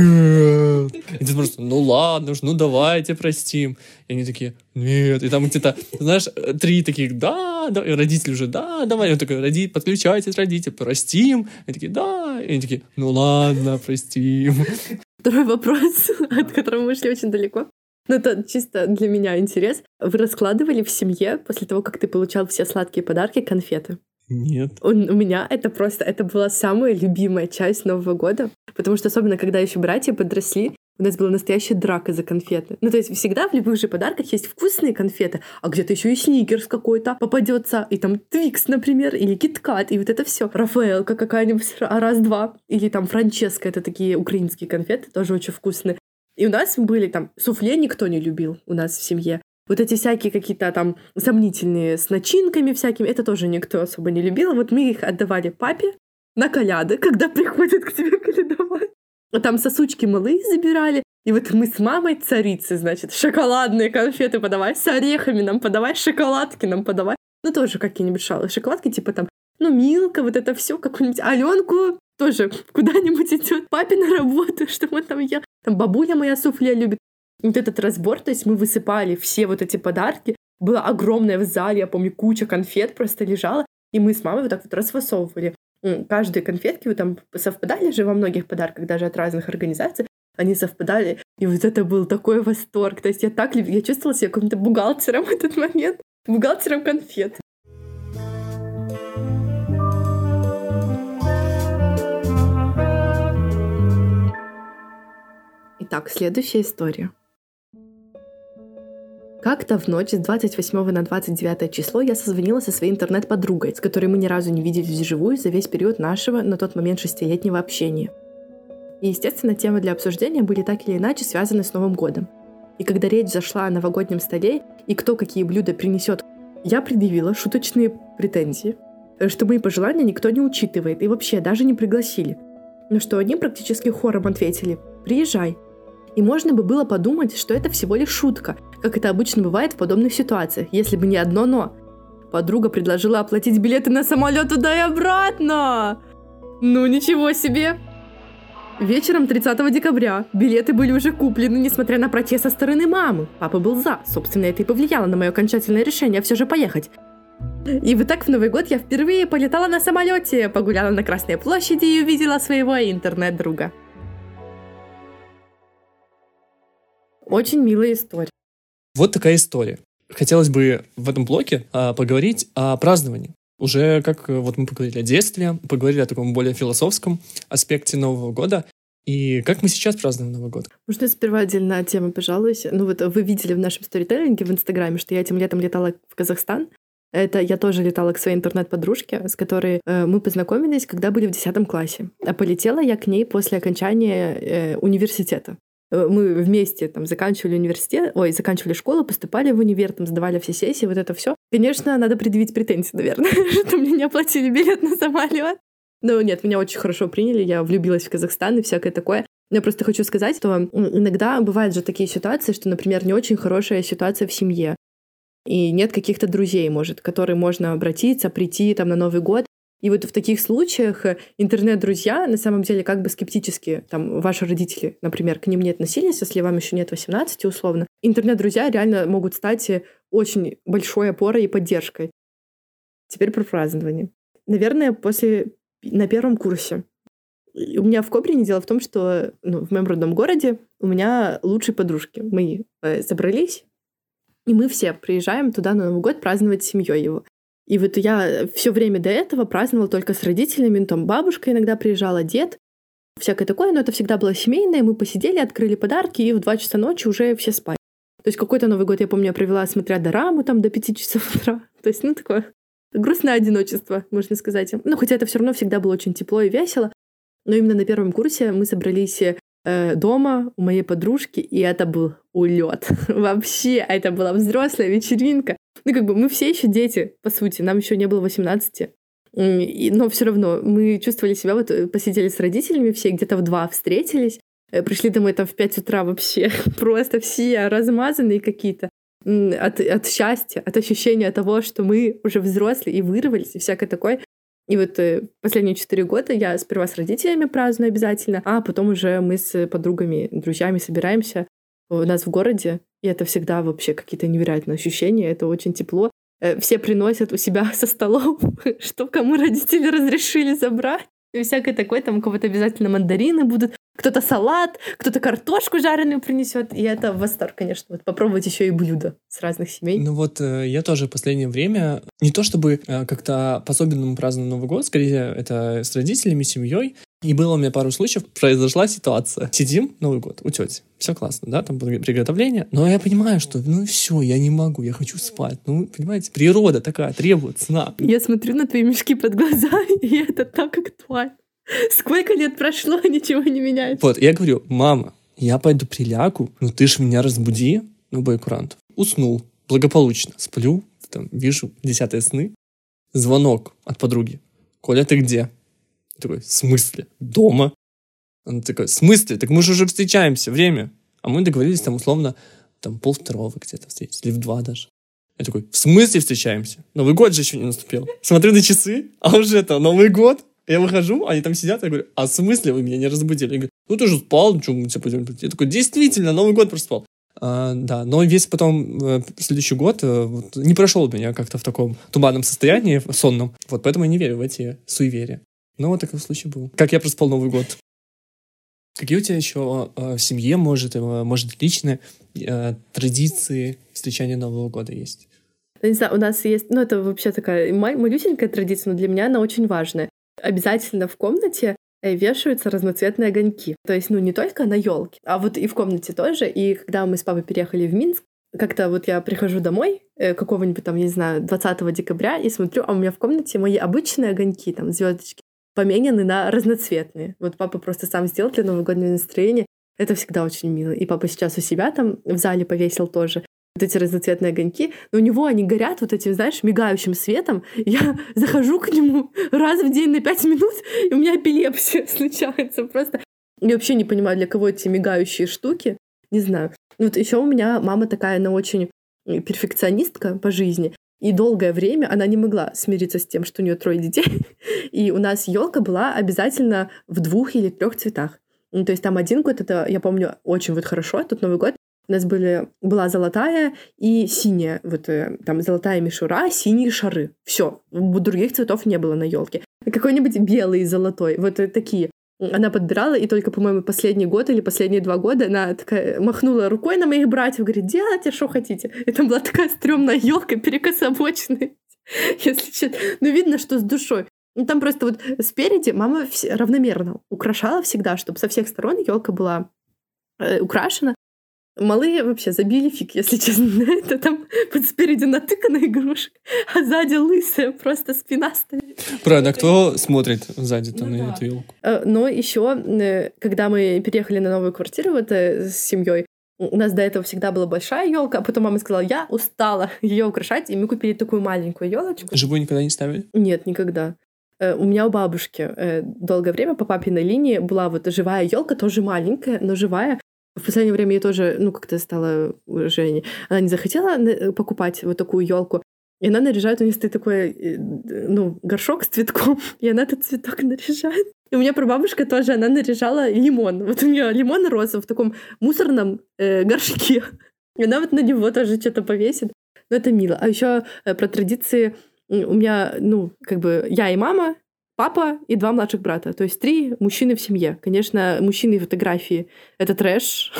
нет. И Дед Мороз, ну ладно уж, ну давайте простим. И они такие, нет. И там где-то, знаешь, три таких, да, да. И родители уже, да, давай. И он такой, роди, подключайтесь, родители, простим. И они такие, да. И они такие, ну ладно, простим. Второй вопрос, от которого мы шли очень далеко. Ну, это чисто для меня интерес. Вы раскладывали в семье, после того, как ты получал все сладкие подарки, конфеты? Нет. У, у меня это просто, это была самая любимая часть Нового года, потому что особенно, когда еще братья подросли, у нас была настоящая драка за конфеты. Ну, то есть всегда в любых же подарках есть вкусные конфеты, а где-то еще и сникерс какой-то попадется, и там Твикс, например, или Киткат, и вот это все. Рафаэлка какая-нибудь, раз-два, или там Франческа, это такие украинские конфеты, тоже очень вкусные. И у нас были там, суфле никто не любил у нас в семье. Вот эти всякие какие-то там сомнительные с начинками всякими, это тоже никто особо не любил. Вот мы их отдавали папе на коляды, когда приходят к тебе колядовать. А там сосучки малые забирали. И вот мы с мамой царицы, значит, шоколадные конфеты подавай, с орехами нам подавай, шоколадки нам подавай. Ну, тоже какие-нибудь шалы. Шоколадки типа там, ну, Милка, вот это все, какую-нибудь Аленку тоже куда-нибудь идет, папе на работу, что мы там ел. Там бабуля моя суфле любит. Вот этот разбор, то есть мы высыпали все вот эти подарки. Было огромное в зале, я помню, куча конфет просто лежала. И мы с мамой вот так вот расфасовывали. Каждые конфетки вот там совпадали же во многих подарках, даже от разных организаций. Они совпадали. И вот это был такой восторг. То есть я так любила, я чувствовала себя каким-то бухгалтером в этот момент. Бухгалтером конфет. Итак, следующая история. Как-то в ночь с двадцать восьмого на двадцать девятое число я созвонилась со своей интернет-подругой, с которой мы ни разу не виделись вживую за весь период нашего, на тот момент шестилетнего общения. И, естественно, темы для обсуждения были так или иначе связаны с Новым годом. И когда речь зашла о новогоднем столе и кто какие блюда принесет, я предъявила шуточные претензии, что мои пожелания никто не учитывает и вообще даже не пригласили. На что они практически хором ответили «приезжай». И можно бы было подумать, что это всего лишь шутка, как это обычно бывает в подобных ситуациях, если бы не одно «но». Подруга предложила оплатить билеты на самолет туда и обратно. Ну ничего себе! Вечером тридцатого декабря билеты были уже куплены, несмотря на протест со стороны мамы. Папа был за, собственно, это и повлияло на мое окончательное решение все же поехать. И вот так в Новый год я впервые полетала на самолете, погуляла на Красной площади и увидела своего интернет-друга. Очень милая история. Вот такая история. Хотелось бы в этом блоке а, поговорить о праздновании. Уже как вот мы поговорили о детстве, поговорили о таком более философском аспекте Нового года. И как мы сейчас празднуем Новый год? Можно сперва отдельно тему пожалуюсь? Ну вот вы видели в нашем сторителлинге в Инстаграме, что я этим летом летала в Казахстан. Это я тоже летала к своей интернет-подружке, с которой э, мы познакомились, когда были в десятом классе. А полетела я к ней после окончания э, университета. Мы вместе там заканчивали университет, ой, заканчивали школу, поступали в универ, там сдавали все сессии, вот это все. Конечно, надо предъявить претензии, наверное, что мне не оплатили билет на самолет. Но нет, меня очень хорошо приняли, я влюбилась в Казахстан и всякое такое. Я просто хочу сказать, что иногда бывают же такие ситуации, что, например, не очень хорошая ситуация в семье, и нет каких-то друзей, может, к которым можно обратиться, прийти там на Новый год. И вот в таких случаях интернет-друзья на самом деле как бы скептически, там, ваши родители, например, к ним не относились, если вам еще нет восемнадцати условно. Интернет-друзья реально могут стать очень большой опорой и поддержкой. Теперь про празднование. Наверное, после на первом курсе. У меня в Кобрине дело в том, что ну, в моем родном городе у меня лучшие подружки. Мы э, собрались, и мы все приезжаем туда на Новый год праздновать с семьей его. И вот я все время до этого праздновала только с родителями, ну, там бабушка иногда приезжала, дед, всякое такое, но это всегда было семейное. Мы посидели, открыли подарки, и в два часа ночи уже все спали. То есть какой-то Новый год, я помню, я провела, смотря дораму там до пяти часов утра. То есть, ну, такое грустное одиночество, можно сказать. Ну, хотя это все равно всегда было очень тепло и весело. Но именно на первом курсе мы собрались э, дома у моей подружки, и это был улет. Вообще, это была взрослая вечеринка. Ну, как бы мы все еще дети, по сути, нам еще не было восемнадцати. И, но все равно мы чувствовали себя, вот посидели с родителями, все где-то в два встретились, пришли домой там в пять утра вообще, просто все размазанные какие-то от, от счастья, от ощущения того, что мы уже взрослые и вырвались, и всякое такое. И вот последние четыре года я сперва с родителями праздную обязательно, а потом уже мы с подругами, друзьями собираемся у нас в городе, и это всегда вообще какие-то невероятные ощущения, это очень тепло. Все приносят у себя со столов, что кому родители разрешили забрать. И всякое такое, там у кого-то обязательно мандарины будут, кто-то салат, кто-то картошку жареную принесет. И это восторг, конечно. Вот попробовать еще и блюда с разных семей. Ну вот э, я тоже в последнее время, не то чтобы э, как-то по-особенному праздную Новый год, скорее это с родителями, семьей. И было у меня пару случаев, произошла ситуация. Сидим Новый год у тети, все классно, да, там приготовление, но я понимаю, что ну все, я не могу, я хочу спать. Ну, понимаете, природа такая требует сна. Я смотрю на твои мешки под глазами, и это так актуально. Сколько лет прошло, ничего не меняется. Вот, я говорю, мама, я пойду прилягу, ну ты ж меня разбуди, ну, боекурант. Уснул, благополучно, сплю, там, вижу десятые сны, звонок от подруги. Коля, ты где? Я такой, в смысле? Дома? Она такая, в смысле? Так мы же уже встречаемся, время. А мы договорились там условно, там полвторого где-то встретиться, или в два даже. Я такой, в смысле встречаемся? Новый год же еще не наступил. Смотрю на часы, а уже это Новый год. Я выхожу, они там сидят, я говорю, а в смысле вы меня не разбудили? Я говорю, ну ты же спал, ну что мы тебя пойдем? Я такой, действительно, Новый год проспал. А, да, но весь потом э, следующий год э, вот, не прошел у меня как-то в таком туманном состоянии, сонном. Вот поэтому я не верю в эти суеверия. Но вот такой случай был. Как я проспал Новый год. Какие у тебя еще э, в семье, может, э, может личные э, традиции встречания Нового года есть? Не знаю, у нас есть, ну это вообще такая малюсенькая традиция, но для меня она очень важная. Обязательно в комнате вешаются разноцветные огоньки. То есть, ну, не только на елке, а вот и в комнате тоже. И когда мы с папой переехали в Минск, как-то вот я прихожу домой какого-нибудь там, я не знаю, двадцатого декабря и смотрю, а у меня в комнате мои обычные огоньки, там, звездочки, поменены на разноцветные. Вот папа просто сам сделал для новогоднего настроения. Это всегда очень мило. И папа сейчас у себя там в зале повесил тоже вот эти разноцветные огоньки, но у него они горят вот этим, знаешь, мигающим светом. Я захожу к нему раз в день на пять минут, и у меня эпилепсия случается просто. Я вообще не понимаю, для кого эти мигающие штуки. Не знаю. Вот еще у меня мама такая, она очень перфекционистка по жизни, и долгое время она не могла смириться с тем, что у нее трое детей. И у нас елка была обязательно в двух или трех цветах. Ну, то есть там один год, это, я помню, очень вот хорошо, тот Новый год, У нас были, была золотая и синяя. Вот там золотая мишура, синие шары. Все. Других цветов не было на елке. Какой-нибудь белый, золотой. Вот такие. Она подбирала, и только, по-моему, последний год или последние два года она такая махнула рукой на моих братьев, говорит, делайте, что хотите. И там была такая стрёмная елка, перекособоченная, если честно. Но видно, что с душой. Ну, там просто вот спереди мама равномерно украшала всегда, чтобы со всех сторон елка была э, украшена. Малые вообще забили фиг, если честно, на это. Там спереди натыкано игрушек, а сзади лысая, просто спина стоит. Правда, а кто смотрит сзади там ну, на да. эту елку? Но еще, когда мы переехали на новую квартиру вот, с семьей, у нас до этого всегда была большая елка, а потом мама сказала, я устала ее украшать, и мы купили такую маленькую елочку. Живую никогда не ставили? Нет, никогда. У меня у бабушки долгое время по папиной линии была вот живая елка, тоже маленькая, но живая. В последнее время я тоже, ну, как-то стала уже... Она не захотела покупать вот такую елку, и она наряжает, у нее стоит такой, ну, горшок с цветком, и она этот цветок наряжает. И у меня прабабушка тоже, она наряжала лимон. Вот у нее лимон розовый в таком мусорном э, горшке. И она вот на него тоже что-то повесит. Ну, это мило. А еще э, про традиции у меня, ну, как бы я и мама, папа и два младших брата. То есть три мужчины в семье. Конечно, мужчины и фотографии — это трэш.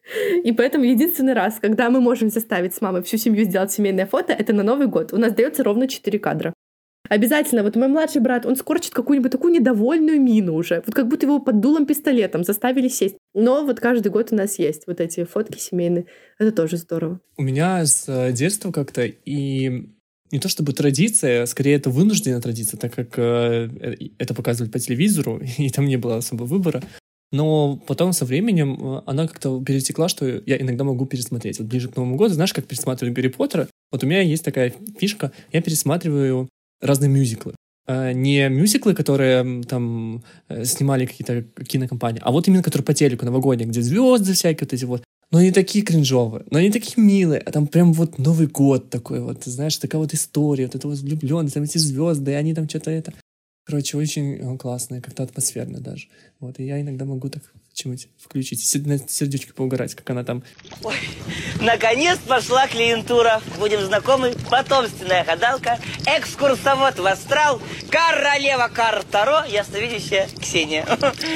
И поэтому единственный раз, когда мы можем заставить с мамой всю семью сделать семейное фото, это на Новый год. У нас дается ровно четыре кадра. Обязательно, вот мой младший брат, он скорчит какую-нибудь такую недовольную мину уже. Вот как будто его под дулом пистолетом заставили сесть. Но вот каждый год у нас есть вот эти фотки семейные. Это тоже здорово. У меня с детства как-то и... Не то чтобы традиция, скорее это вынужденная традиция, так как э, это показывали по телевизору, и там не было особо выбора. Но потом со временем она как-то перетекла, что я иногда могу пересмотреть. Вот ближе к Новому году, знаешь, как пересматривать Гарри Поттера? Вот у меня есть такая фишка, я пересматриваю разные мюзиклы. Э, не мюзиклы, которые там э, снимали какие-то кинокомпании, а вот именно которые по телеку, новогодние, где звезды всякие вот эти вот. Но они такие кринжовые, но они такие милые, а там прям вот Новый год такой вот, ты знаешь, такая вот история, вот это вот влюблённость, там эти звезды, и они там что-то это... Короче, очень классно, как-то атмосферно даже. Вот, и я иногда могу так чему-нибудь включить, на сердечко поугарать, как она там... Ой, наконец пошла клиентура. Будем знакомы. Потомственная гадалка, экскурсовод в астрал, королева карт Таро, ясновидящая Ксения.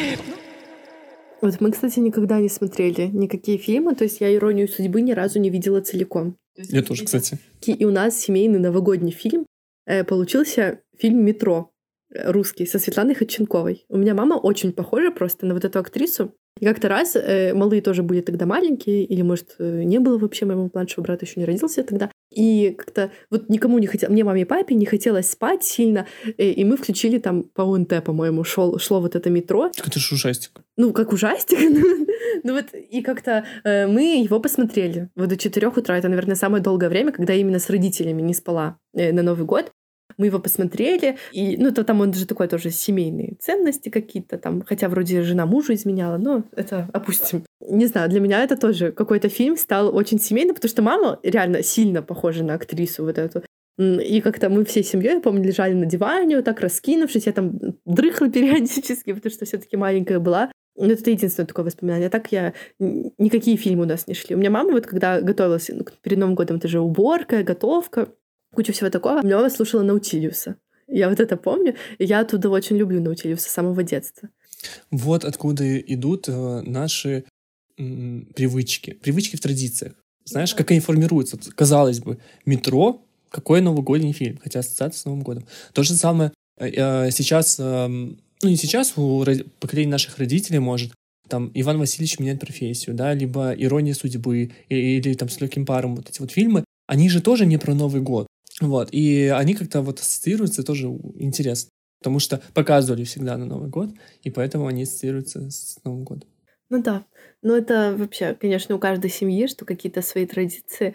Вот мы, кстати, никогда не смотрели никакие фильмы, то есть я «Иронию судьбы» ни разу не видела целиком. Я тоже, кстати. И у нас семейный новогодний фильм э, получился фильм «Метро» русский со Светланой Ходченковой. У меня мама очень похожа просто на вот эту актрису. И как-то раз э, малые тоже были тогда маленькие, или, может, э, не было вообще, моему младшему брату еще не родился тогда. И как-то вот никому не хотелось, мне, маме и папе не хотелось спать сильно, э, и мы включили там по ОНТ, по-моему, шел, шло вот это «Метро». Это же ужастик. Ну, как ужастик. Ну вот, и как-то э, мы его посмотрели. Вот до четырех утра. Это, наверное, самое долгое время, когда именно с родителями не спала э, на Новый год. Мы его посмотрели, и, ну, то там он же такой тоже семейные ценности какие-то там, хотя вроде жена мужу изменяла, но это опустим. Не знаю, для меня это тоже какой-то фильм стал очень семейным, потому что мама реально сильно похожа на актрису вот эту. И как-то мы всей семьей, я помню, лежали на диване, вот так раскинувшись, я там дрыхла периодически, потому что все-таки маленькая была. Ну, это единственное такое воспоминание. А так я... Никакие фильмы у нас не шли. У меня мама вот когда готовилась перед Новым годом, это же уборка, готовка, куча всего такого. У меня мама слушала Наутилиуса. Я вот это помню. И я оттуда очень люблю Наутилиуса с самого детства. Вот откуда идут э, наши м, привычки. Привычки в традициях. Знаешь, как они формируются. Казалось бы, «Метро» — какой новогодний фильм, хотя ассоциация с Новым годом. То же самое э, сейчас... Э, ну, не сейчас, у поколения наших родителей, может, там, Иван Васильевич меняет профессию, да, либо «Ирония судьбы», или, или там «С легким паром», вот эти вот фильмы, они же тоже не про Новый год. Вот, и они как-то вот ассоциируются, тоже интересно, потому что показывали всегда на Новый год, и поэтому они ассоциируются с Новым годом. Ну да, но это вообще, конечно, у каждой семьи, что какие-то свои традиции.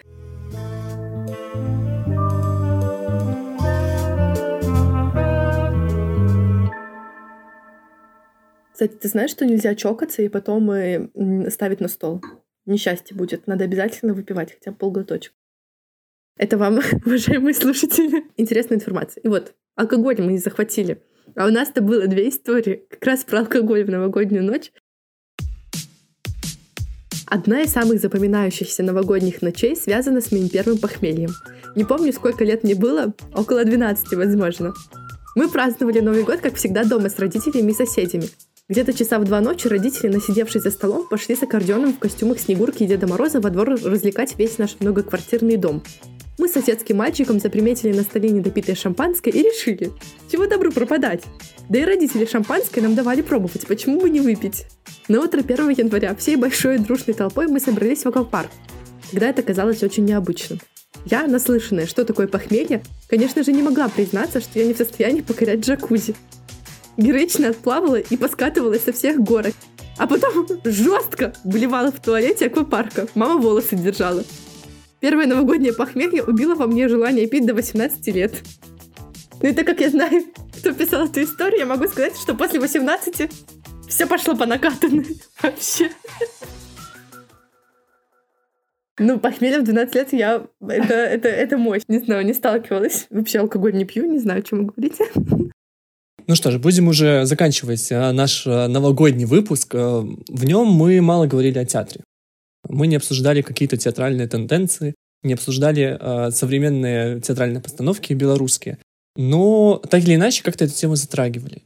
Кстати, ты знаешь, что нельзя чокаться и потом и ставить на стол? Несчастье будет. Надо обязательно выпивать хотя бы полглоточка. Это вам, уважаемые слушатели, интересная информация. И вот, алкоголь мы не захватили. А у нас-то было две истории как раз про алкоголь в новогоднюю ночь. Одна из самых запоминающихся новогодних ночей связана с моим первым похмельем. Не помню, сколько лет мне было, около двенадцати, возможно. Мы праздновали Новый год, как всегда, дома с родителями и соседями. Где-то часа в два ночи родители, насидевшись за столом, пошли с аккордеоном в костюмах Снегурки и Деда Мороза во двор развлекать весь наш многоквартирный дом. Мы с соседским мальчиком заприметили на столе недопитое шампанское и решили, чего добру пропадать. Да и родители шампанское нам давали пробовать, почему бы не выпить. На утро первого января всей большой дружной толпой мы собрались в аквапарк. Тогда это казалось очень необычным. Я, наслышанная, что такое похмелье, конечно же, не могла признаться, что я не в состоянии покорять джакузи. Героично отплавала и поскатывалась со всех горок. А потом жестко блевала в туалете аквапарка. Мама волосы держала. Первое новогоднее похмелье убило во мне желание пить до восемнадцати лет. Ну и так как я знаю, кто писал эту историю, я могу сказать, что после восемнадцати все пошло по накатанной. Вообще. Ну, похмелье в двенадцать лет я... Это, это, это мощь. Не знаю, не сталкивалась. Вообще алкоголь не пью, не знаю, о чем вы говорите. Ну что ж, будем уже заканчивать наш новогодний выпуск. В нем мы мало говорили о театре. Мы не обсуждали какие-то театральные тенденции, не обсуждали э, современные театральные постановки белорусские. Но так или иначе как-то эту тему затрагивали.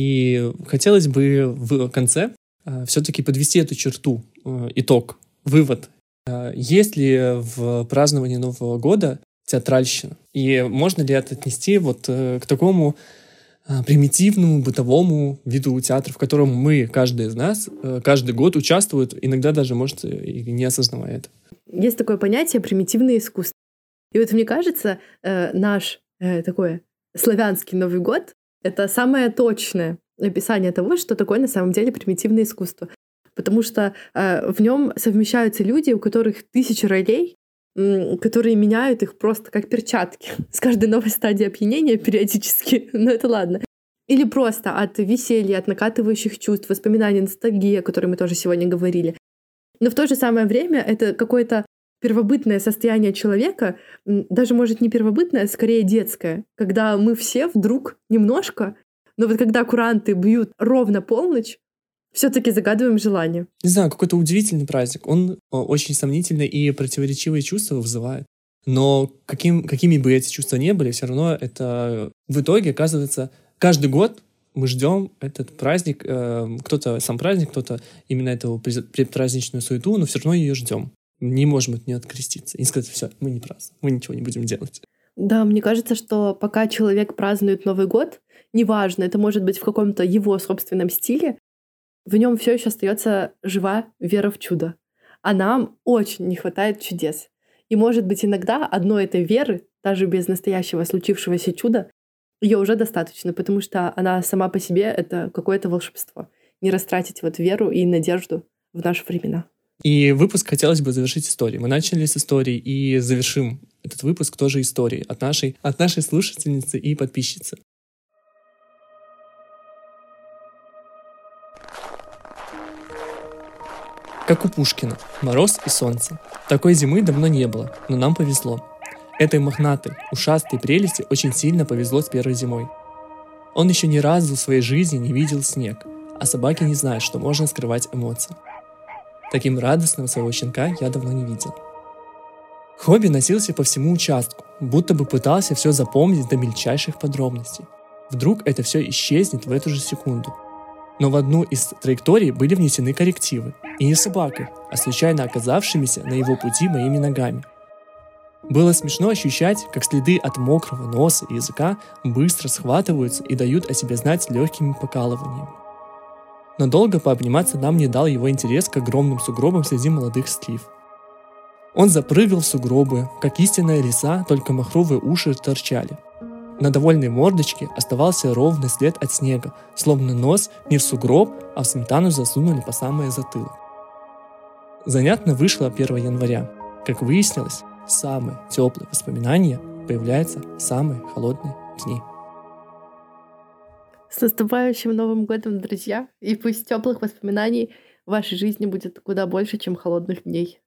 И хотелось бы в конце э, все-таки подвести эту черту, э, итог, вывод. Э, есть ли в праздновании Нового года театральщина? И можно ли это отнести вот э, к такому примитивному бытовому виду театра, в котором мы, каждый из нас, каждый год участвует, иногда даже, может, и не осознавая это. Есть такое понятие «примитивное искусство». И вот мне кажется, наш такой славянский Новый год — это самое точное описание того, что такое на самом деле примитивное искусство. Потому что в нем совмещаются люди, у которых тысячи ролей, которые меняют их просто как перчатки с каждой новой стадией опьянения периодически, но это ладно. Или просто от веселья, от накатывающих чувств, воспоминаний, ностальгии, о которой мы тоже сегодня говорили. Но в то же самое время это какое-то первобытное состояние человека, даже, может, не первобытное, а скорее детское, когда мы все вдруг немножко, но вот когда куранты бьют ровно полночь, все-таки загадываем желание. Не знаю, какой-то удивительный праздник. Он очень сомнительный и противоречивые чувства вызывает. Но каким, какими бы эти чувства ни были, все равно это в итоге оказывается каждый год мы ждем этот праздник. Кто-то сам праздник, кто-то именно эту предпраздничную суету, но все равно ее ждем. Не можем от нее откреститься и сказать: все, мы не празднуем, мы ничего не будем делать. Да, мне кажется, что пока человек празднует Новый год, неважно, это может быть в каком-то его собственном стиле, в нем все еще остается жива вера в чудо. А нам очень не хватает чудес. И, может быть, иногда одной этой веры, даже без настоящего случившегося чуда, ее уже достаточно, потому что она сама по себе — это какое-то волшебство. Не растратить вот веру и надежду в наши времена. И выпуск хотелось бы завершить историей. Мы начали с истории и завершим этот выпуск тоже историей от нашей, от нашей слушательницы и подписчицы. Как у Пушкина, мороз и солнце. Такой зимы давно не было, но нам повезло. Этой мохнатой, ушастой прелести очень сильно повезло с первой зимой. Он еще ни разу в своей жизни не видел снег, а собаки не знают, что можно скрывать эмоции. Таким радостным своего щенка я давно не видел. Хобби носился по всему участку, будто бы пытался все запомнить до мельчайших подробностей. Вдруг это все исчезнет в эту же секунду. Но в одну из траекторий были внесены коррективы, и не собакой, а случайно оказавшимися на его пути моими ногами. Было смешно ощущать, как следы от мокрого носа и языка быстро схватываются и дают о себе знать легкими покалываниями. Но долго пообниматься нам не дал его интерес к огромным сугробам среди молодых слив. Он запрыгал в сугробы, как истинная лиса, только махровые уши торчали. На довольной мордочке оставался ровный след от снега, словно нос не в сугроб, а в сметану засунули по самое затылок. Занятно вышло первого января. Как выяснилось, самые теплые воспоминания появляются в самые холодные дни. С наступающим Новым годом, друзья! И пусть теплых воспоминаний в вашей жизни будет куда больше, чем холодных дней.